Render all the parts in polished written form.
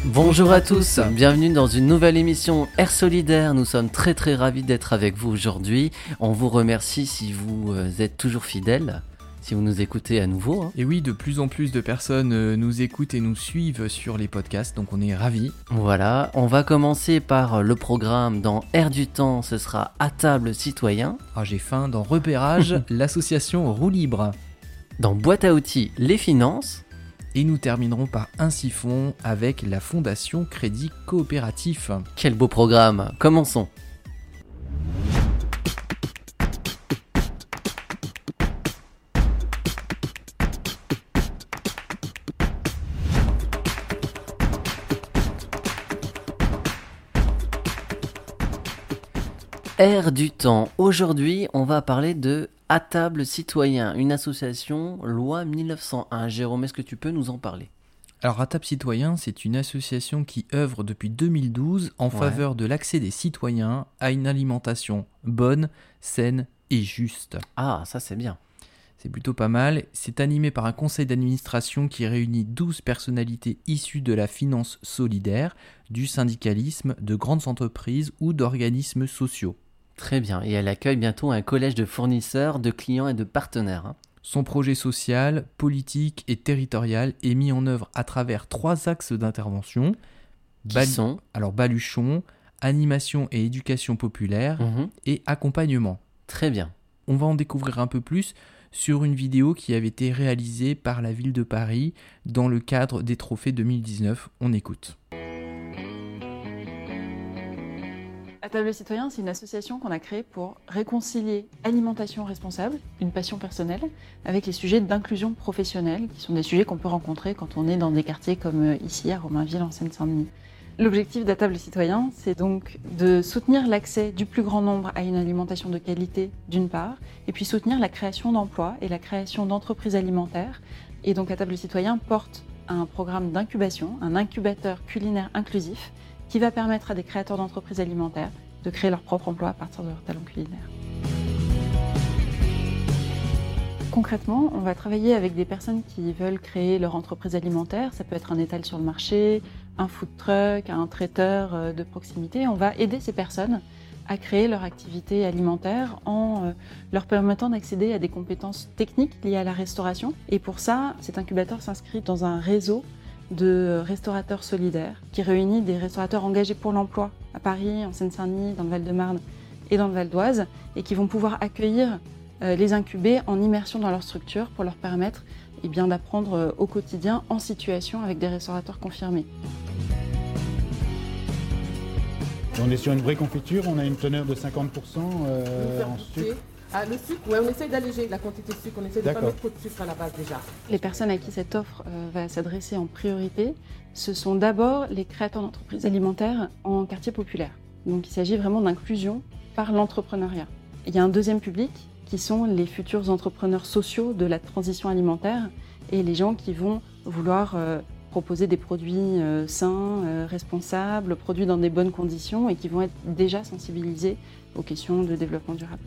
Bonjour à tous, bienvenue dans une nouvelle émission Air Solidaire. Nous sommes très ravis d'être avec vous aujourd'hui. On vous remercie si vous êtes toujours fidèles, si vous nous écoutez à nouveau. Et oui, de plus en plus de personnes nous écoutent et nous suivent sur les podcasts, donc on est ravis. Voilà, on va commencer par le programme dans Air du Temps, ce sera À table citoyen. Ah, j'ai faim. Dans Repérage, l'association Roue Libre. Dans Boîte à outils, les finances. Et nous terminerons par Un siphon avec la Fondation Crédit Coopératif. Quel beau programme, commençons. Air du Temps, aujourd'hui on va parler de À table citoyen, une association loi 1901. Jérôme, est-ce que tu peux nous en parler ? Alors À table citoyen, c'est une association qui œuvre depuis 2012 en faveur de l'accès des citoyens à une alimentation bonne, saine et juste. Ah, ça c'est bien. C'est plutôt pas mal. C'est animé par un conseil d'administration qui réunit 12 personnalités issues de la finance solidaire, du syndicalisme, de grandes entreprises ou d'organismes sociaux. Très bien, et elle accueille bientôt un collège de fournisseurs, de clients et de partenaires. Son projet social, politique et territorial est mis en œuvre à travers 3 axes d'intervention. Qui sont ? Alors baluchon, animation et éducation populaire et accompagnement. Très bien. On va en découvrir un peu plus sur une vidéo qui avait été réalisée par la ville de Paris dans le cadre des trophées 2019. On écoute. À table citoyen, c'est une association qu'on a créée pour réconcilier alimentation responsable, une passion personnelle, avec les sujets d'inclusion professionnelle, qui sont des sujets qu'on peut rencontrer quand on est dans des quartiers comme ici à Romainville en Seine-Saint-Denis. L'objectif d'À table citoyen, c'est donc de soutenir l'accès du plus grand nombre à une alimentation de qualité, d'une part, et puis soutenir la création d'emplois et la création d'entreprises alimentaires. Et donc À table citoyen porte un programme d'incubation, un incubateur culinaire inclusif, qui va permettre à des créateurs d'entreprises alimentaires de créer leur propre emploi à partir de leur talent culinaire. Concrètement, on va travailler avec des personnes qui veulent créer leur entreprise alimentaire. Ça peut être un étal sur le marché, un food truck, un traiteur de proximité. On va aider ces personnes à créer leur activité alimentaire en leur permettant d'accéder à des compétences techniques liées à la restauration. Et pour ça, cet incubateur s'inscrit dans un réseau de restaurateurs solidaires qui réunit des restaurateurs engagés pour l'emploi à Paris, en Seine-Saint-Denis, dans le Val-de-Marne et dans le Val d'Oise, et qui vont pouvoir accueillir les incubés en immersion dans leur structure pour leur permettre d'apprendre au quotidien en situation avec des restaurateurs confirmés. On est sur une vraie confiture, on a une teneur de 50% en sucre. Ah, le sucre, ouais, on essaye d'alléger la quantité de sucre, on essaie de ne pas mettre trop de sucre à la base déjà. Les personnes à qui cette offre va s'adresser en priorité, ce sont d'abord les créateurs d'entreprises alimentaires en quartier populaire. Donc il s'agit vraiment d'inclusion par l'entrepreneuriat. Il y a un deuxième public qui sont les futurs entrepreneurs sociaux de la transition alimentaire et les gens qui vont vouloir proposer des produits sains, responsables, produits dans des bonnes conditions et qui vont être déjà sensibilisés aux questions de développement durable.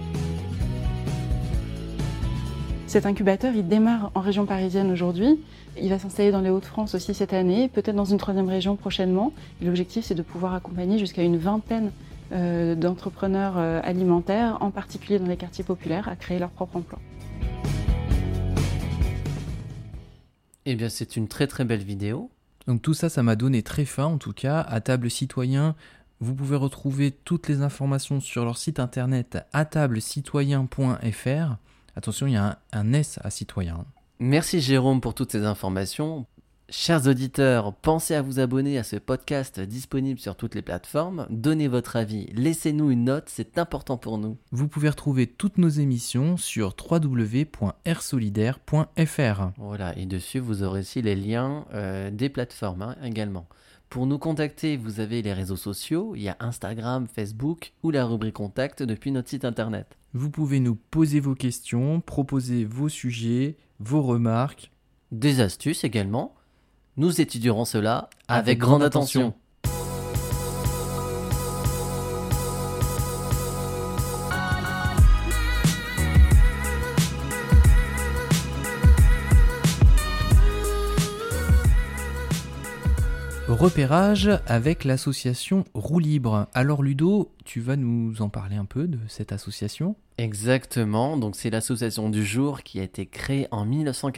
Cet incubateur, il démarre en région parisienne aujourd'hui. Il va s'installer dans les Hauts-de-France aussi cette année, peut-être dans une 3e région prochainement. Et l'objectif, c'est de pouvoir accompagner jusqu'à une 20aine d'entrepreneurs alimentaires, en particulier dans les quartiers populaires, à créer leur propre emploi. Eh bien, c'est une très belle vidéo. Donc tout ça, ça m'a donné très faim en tout cas. À table citoyen, vous pouvez retrouver toutes les informations sur leur site internet atablecitoyen.fr. Attention, il y a un S à citoyen. Merci Jérôme pour toutes ces informations. Chers auditeurs, pensez à vous abonner à ce podcast disponible sur toutes les plateformes. Donnez votre avis, laissez-nous une note, c'est important pour nous. Vous pouvez retrouver toutes nos émissions sur www.airsolidaire.fr. Voilà, et dessus vous aurez aussi les liens des plateformes également. Pour nous contacter, vous avez les réseaux sociaux, il y a Instagram, Facebook ou la rubrique Contact depuis notre site internet. Vous pouvez nous poser vos questions, proposer vos sujets, vos remarques. Des astuces également. Nous étudierons cela avec grande attention. Repérage avec l'association Roue Libre. Alors Ludo, tu vas nous en parler un peu de cette association ? Exactement, donc c'est l'association du jour qui a été créée en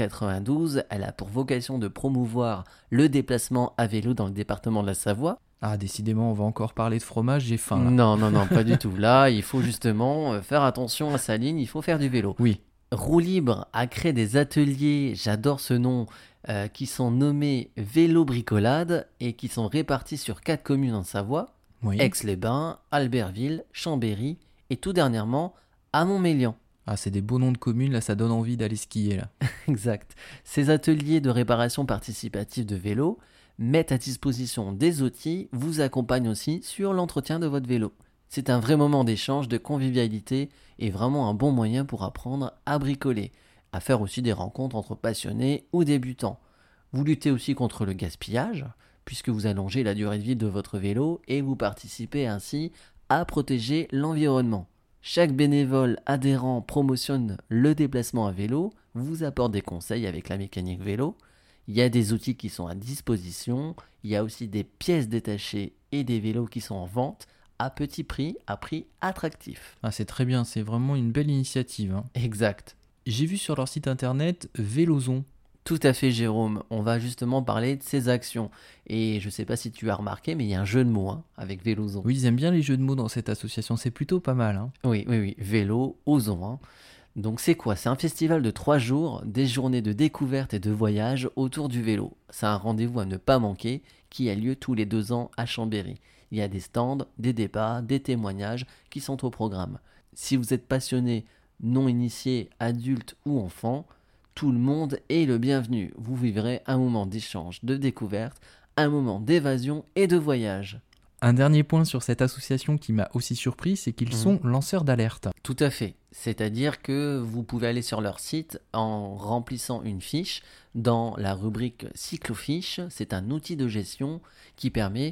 1992. Elle a pour vocation de promouvoir le déplacement à vélo dans le département de la Savoie. Ah, décidément, on va encore parler de fromage, j'ai faim là. Non, pas du tout. Là, il faut justement faire attention à sa ligne, il faut faire du vélo. Oui. Roue Libre a créé des ateliers, j'adore ce nom, qui sont nommés Vélo Bricolade et qui sont répartis sur 4 communes en Savoie, Oui. Aix-les-Bains, Albertville, Chambéry et tout dernièrement à Montmélian. Ah, c'est des beaux noms de communes, là ça donne envie d'aller skier là. Exact. Ces ateliers de réparation participative de vélo mettent à disposition des outils, vous accompagnent aussi sur l'entretien de votre vélo. C'est un vrai moment d'échange, de convivialité et vraiment un bon moyen pour apprendre à bricoler, à faire aussi des rencontres entre passionnés ou débutants. Vous luttez aussi contre le gaspillage, puisque vous allongez la durée de vie de votre vélo et vous participez ainsi à protéger l'environnement. Chaque bénévole adhérent promotionne le déplacement à vélo, vous apporte des conseils avec la mécanique vélo. Il y a des outils qui sont à disposition, il y a aussi des pièces détachées et des vélos qui sont en vente à petit prix, à prix attractif. Ah, c'est très bien, c'est vraiment une belle initiative, hein. Exact. J'ai vu sur leur site internet Vélozon. Tout à fait, Jérôme. On va justement parler de ces actions. Et je ne sais pas si tu as remarqué, mais il y a un jeu de mots avec Vélozon. Oui, ils aiment bien les jeux de mots dans cette association, c'est plutôt pas mal, hein. Oui. Vélo, Ozon. Donc c'est quoi ? C'est un festival de 3 jours, des journées de découverte et de voyage autour du vélo. C'est un rendez-vous à ne pas manquer qui a lieu tous les 2 ans à Chambéry. Il y a des stands, des débats, des témoignages qui sont au programme. Si vous êtes passionné, non initié, adulte ou enfant, tout le monde est le bienvenu. Vous vivrez un moment d'échange, de découverte, un moment d'évasion et de voyage. Un dernier point sur cette association qui m'a aussi surpris, c'est qu'ils sont lanceurs d'alerte. Tout à fait. C'est-à-dire que vous pouvez aller sur leur site en remplissant une fiche dans la rubrique Cyclofiche. C'est un outil de gestion qui permet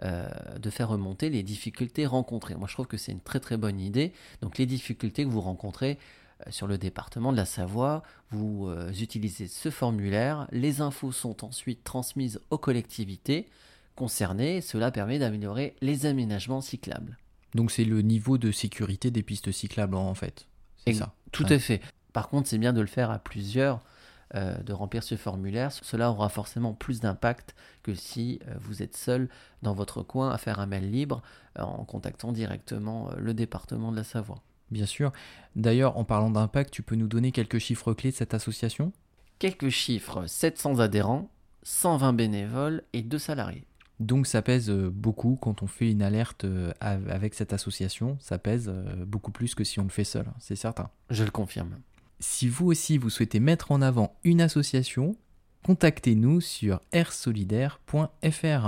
de faire remonter les difficultés rencontrées. Moi, je trouve que c'est une très très bonne idée. Donc, les difficultés que vous rencontrez sur le département de la Savoie, vous utilisez ce formulaire. Les infos sont ensuite transmises aux collectivités concernées. Cela permet d'améliorer les aménagements cyclables. Donc c'est le niveau de sécurité des pistes cyclables en fait. C'est ça. Tout à fait. Par contre, c'est bien de le faire à plusieurs, de remplir ce formulaire. Cela aura forcément plus d'impact que si vous êtes seul dans votre coin à faire un mail libre en contactant directement le département de la Savoie. Bien sûr. D'ailleurs, en parlant d'impact, tu peux nous donner quelques chiffres clés de cette association ? Quelques chiffres, 700 adhérents, 120 bénévoles et 2 salariés. Donc ça pèse beaucoup quand on fait une alerte avec cette association, ça pèse beaucoup plus que si on le fait seul, c'est certain. Je le confirme. Si vous aussi vous souhaitez mettre en avant une association, contactez-nous sur airsolidaire.fr.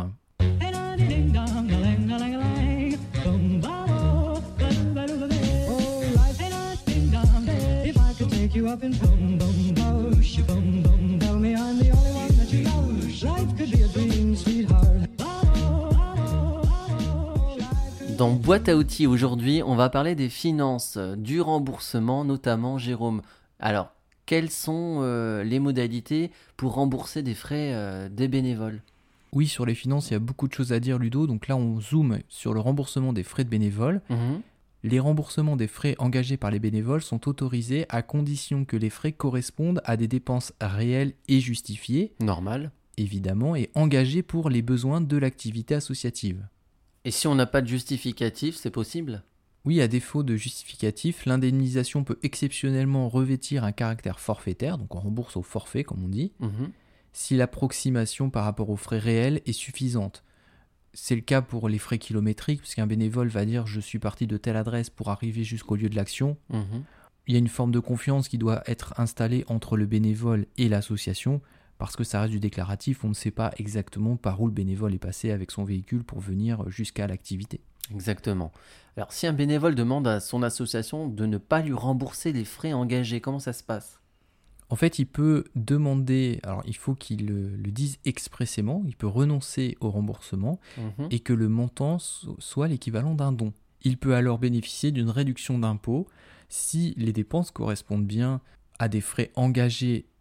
Dans Boîte à outils aujourd'hui, on va parler des finances, du remboursement notamment, Jérôme. Alors, quelles sont les modalités pour rembourser des frais des bénévoles ? Oui, sur les finances, il y a beaucoup de choses à dire, Ludo. Donc là, on zoome sur le remboursement des frais de bénévoles. Les remboursements des frais engagés par les bénévoles sont autorisés à condition que les frais correspondent à des dépenses réelles et justifiées. Normal. Évidemment, et engagées pour les besoins de l'activité associative. Et si on n'a pas de justificatif, c'est possible ? Oui, à défaut de justificatif, l'indemnisation peut exceptionnellement revêtir un caractère forfaitaire, donc on rembourse au forfait, comme on dit, si l'approximation par rapport aux frais réels est suffisante. C'est le cas pour les frais kilométriques, puisqu'un bénévole va dire « je suis parti de telle adresse pour arriver jusqu'au lieu de l'action ». Il y a une forme de confiance qui doit être installée entre le bénévole et l'association, parce que ça reste du déclaratif, on ne sait pas exactement par où le bénévole est passé avec son véhicule pour venir jusqu'à l'activité. Exactement. Alors, si un bénévole demande à son association de ne pas lui rembourser les frais engagés, comment ça se passe ? En fait, il peut demander, alors il faut qu'il le dise expressément, il peut renoncer au remboursement et que le montant soit l'équivalent d'un don. Il peut alors bénéficier d'une réduction d'impôt si les dépenses correspondent bien à des frais engagés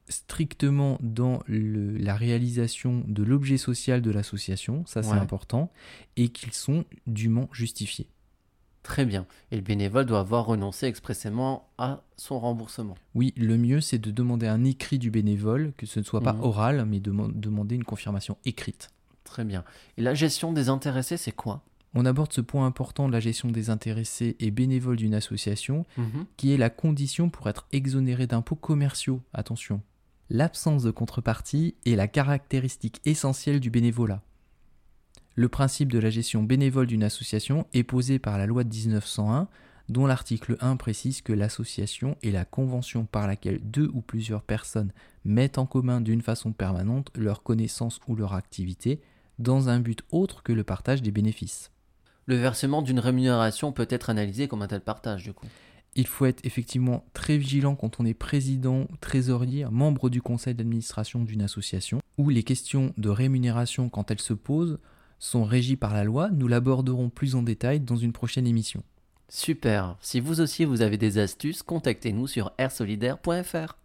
strictement dans la réalisation de l'objet social de l'association, ça c'est important, et qu'ils sont dûment justifiés. Très bien. Et le bénévole doit avoir renoncé expressément à son remboursement. Oui, le mieux c'est de demander un écrit du bénévole, que ce ne soit pas oral, mais demander une confirmation écrite. Très bien. Et la gestion des intéressés, c'est quoi ? On aborde ce point important de la gestion des intéressés et bénévoles d'une association, qui est la condition pour être exonéré d'impôts commerciaux. Attention. L'absence de contrepartie est la caractéristique essentielle du bénévolat. Le principe de la gestion bénévole d'une association est posé par la loi de 1901, dont l'article 1 précise que l'association est la convention par laquelle 2 ou plusieurs personnes mettent en commun d'une façon permanente leurs connaissances ou leur activité, dans un but autre que le partage des bénéfices. Le versement d'une rémunération peut être analysé comme un tel partage, du coup. Il faut être effectivement très vigilant quand on est président, trésorier, membre du conseil d'administration d'une association, où les questions de rémunération, quand elles se posent, sont régies par la loi. Nous l'aborderons plus en détail dans une prochaine émission. Super. Si vous aussi vous avez des astuces, contactez-nous sur airsolidaire.fr.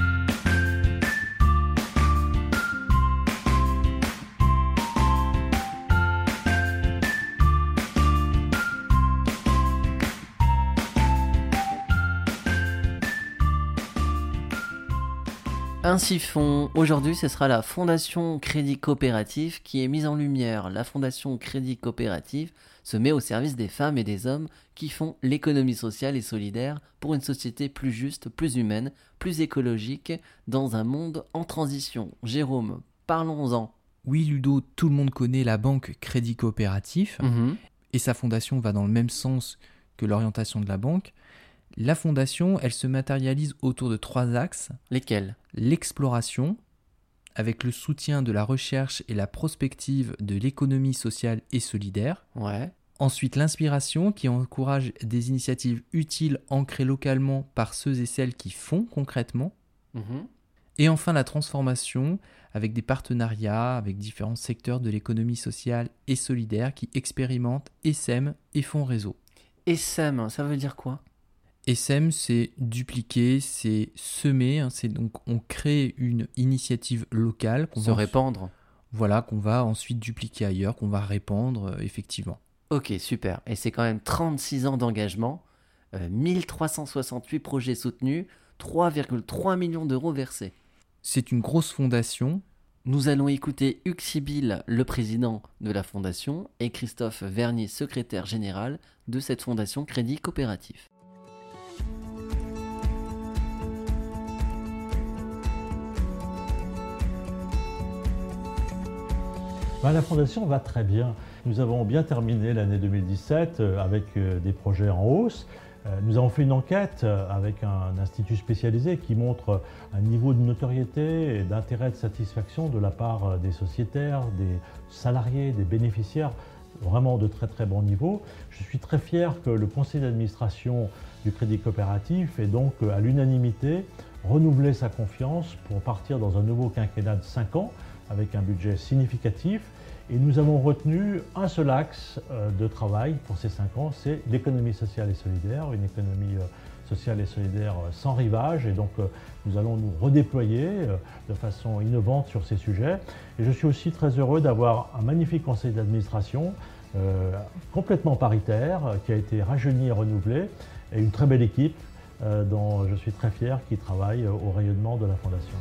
Ainsi font, aujourd'hui ce sera la Fondation Crédit Coopératif qui est mise en lumière. La Fondation Crédit Coopératif se met au service des femmes et des hommes qui font l'économie sociale et solidaire pour une société plus juste, plus humaine, plus écologique, dans un monde en transition. Jérôme, parlons-en. Oui Ludo, tout le monde connaît la banque Crédit Coopératif et sa fondation va dans le même sens que l'orientation de la banque. La fondation, elle se matérialise autour de 3 axes. Lesquels ? L'exploration, avec le soutien de la recherche et la prospective de l'économie sociale et solidaire. Ensuite, l'inspiration, qui encourage des initiatives utiles ancrées localement par ceux et celles qui font concrètement. Et enfin, la transformation, avec des partenariats avec différents secteurs de l'économie sociale et solidaire qui expérimentent, essaiment et font réseau. Essaiment, ça veut dire quoi ? Essaim, c'est dupliquer, c'est semer, c'est donc on crée une initiative locale qu'on va répandre. Voilà, qu'on va ensuite dupliquer ailleurs, qu'on va répandre effectivement. Ok, super. Et c'est quand même 36 ans d'engagement, 1368 projets soutenus, 3,3 millions d'euros versés. C'est une grosse fondation. Nous allons écouter Hugues Sibyl, le président de la fondation, et Christophe Vernier, secrétaire général de cette fondation Crédit Coopératif. La Fondation va très bien. Nous avons bien terminé l'année 2017 avec des projets en hausse. Nous avons fait une enquête avec un institut spécialisé qui montre un niveau de notoriété et d'intérêt de satisfaction de la part des sociétaires, des salariés, des bénéficiaires, vraiment de très très bon niveau. Je suis très fier que le conseil d'administration du Crédit Coopératif ait donc à l'unanimité renouvelé sa confiance pour partir dans un nouveau quinquennat de 5 ans avec un budget significatif. Et nous avons retenu un seul axe de travail pour ces 5 ans, c'est l'économie sociale et solidaire, une économie sociale et solidaire sans rivage. Et donc nous allons nous redéployer de façon innovante sur ces sujets. Et je suis aussi très heureux d'avoir un magnifique conseil d'administration complètement paritaire, qui a été rajeuni et renouvelé, et une très belle équipe dont je suis très fier qui travaille au rayonnement de la Fondation.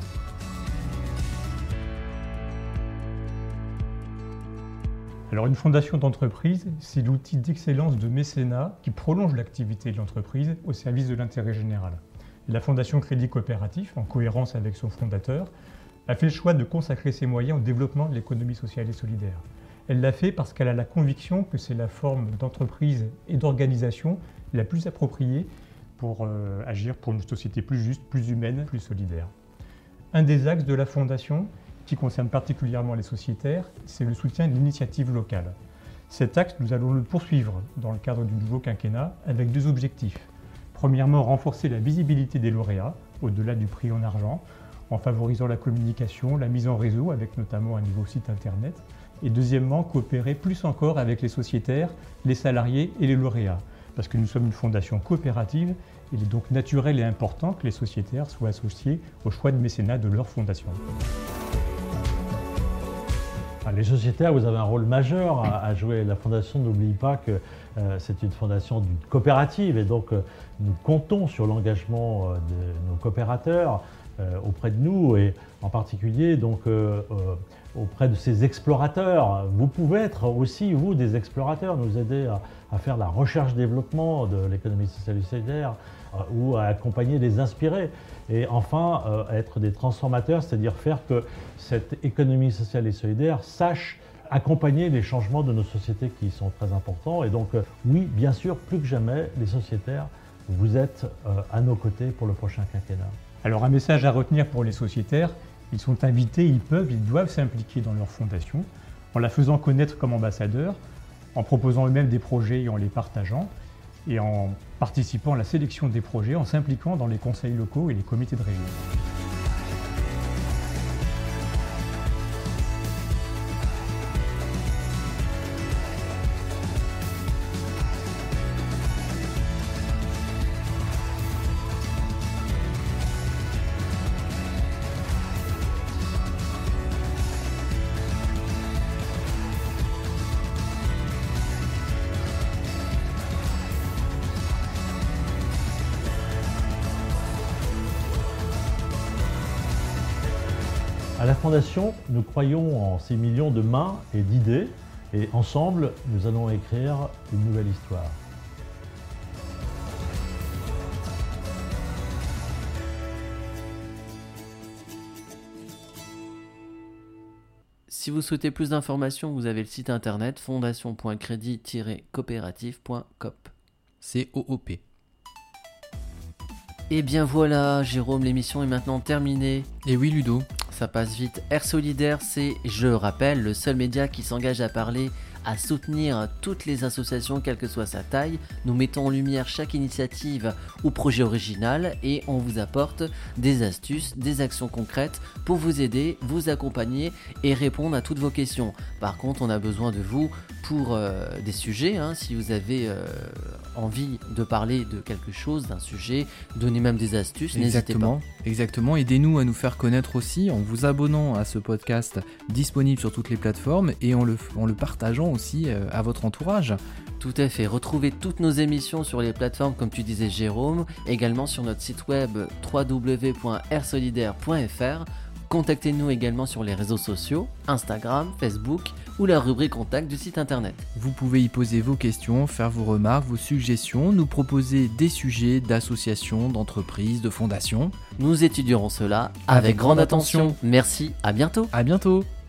Alors une fondation d'entreprise, c'est l'outil d'excellence de mécénat qui prolonge l'activité de l'entreprise au service de l'intérêt général. Et la Fondation Crédit Coopératif, en cohérence avec son fondateur, a fait le choix de consacrer ses moyens au développement de l'économie sociale et solidaire. Elle l'a fait parce qu'elle a la conviction que c'est la forme d'entreprise et d'organisation la plus appropriée pour agir pour une société plus juste, plus humaine, plus solidaire. Un des axes de la Fondation, qui concerne particulièrement les sociétaires, c'est le soutien de l'initiative locale. Cet axe, nous allons le poursuivre dans le cadre du nouveau quinquennat avec 2 objectifs. Premièrement, renforcer la visibilité des lauréats, au-delà du prix en argent, en favorisant la communication, la mise en réseau, avec notamment un nouveau site internet. Et deuxièmement, coopérer plus encore avec les sociétaires, les salariés et les lauréats, parce que nous sommes une fondation coopérative Il est donc naturel et important que les sociétaires soient associés au choix de mécénat de leur fondation. Les sociétaires, vous avez un rôle majeur à jouer. La Fondation n'oublie pas que c'est une fondation d'une coopérative et donc nous comptons sur l'engagement de nos coopérateurs auprès de nous et en particulier donc, auprès de ces explorateurs. Vous pouvez être aussi, vous, des explorateurs, nous aider à faire la recherche-développement de l'économie sociale et solidaire ou à accompagner, les inspirer. Et enfin, être des transformateurs, c'est-à-dire faire que cette économie sociale et solidaire sache accompagner les changements de nos sociétés qui sont très importants. Et donc, oui, bien sûr, plus que jamais, les sociétaires, vous êtes à nos côtés pour le prochain quinquennat. Alors, un message à retenir pour les sociétaires, ils sont invités, ils doivent s'impliquer dans leur fondation, en la faisant connaître comme ambassadeurs, en proposant eux-mêmes des projets et en les partageant, et en participant à la sélection des projets, en s'impliquant dans les conseils locaux et les comités de région. À la Fondation, nous croyons en ces millions de mains et d'idées, et ensemble, nous allons écrire une nouvelle histoire. Si vous souhaitez plus d'informations, vous avez le site internet fondation.crédit-coopérative.coop. COOP. Et bien voilà, Jérôme, l'émission est maintenant terminée. Et oui, Ludo. Ça passe vite. Air Solidaire, c'est, je rappelle, le seul média qui s'engage à parler, à soutenir toutes les associations, quelle que soit sa taille. Nous mettons en lumière chaque initiative ou projet original et on vous apporte des astuces, des actions concrètes pour vous aider, vous accompagner et répondre à toutes vos questions. Par contre, on a besoin de vous pour des sujets. Si vous avez envie de parler de quelque chose, d'un sujet, donner même des astuces, n'hésitez pas. Exactement, aidez-nous à nous faire connaître aussi en vous abonnant à ce podcast disponible sur toutes les plateformes et en le partageant aussi à votre entourage. Tout à fait, retrouvez toutes nos émissions sur les plateformes comme tu disais Jérôme, également sur notre site web www.airsolidaire.fr. Contactez-nous également sur les réseaux sociaux, Instagram, Facebook ou la rubrique contact du site internet. Vous pouvez y poser vos questions, faire vos remarques, vos suggestions, nous proposer des sujets d'associations, d'entreprises, de fondations. Nous étudierons cela avec grande attention. Merci, à bientôt. À bientôt.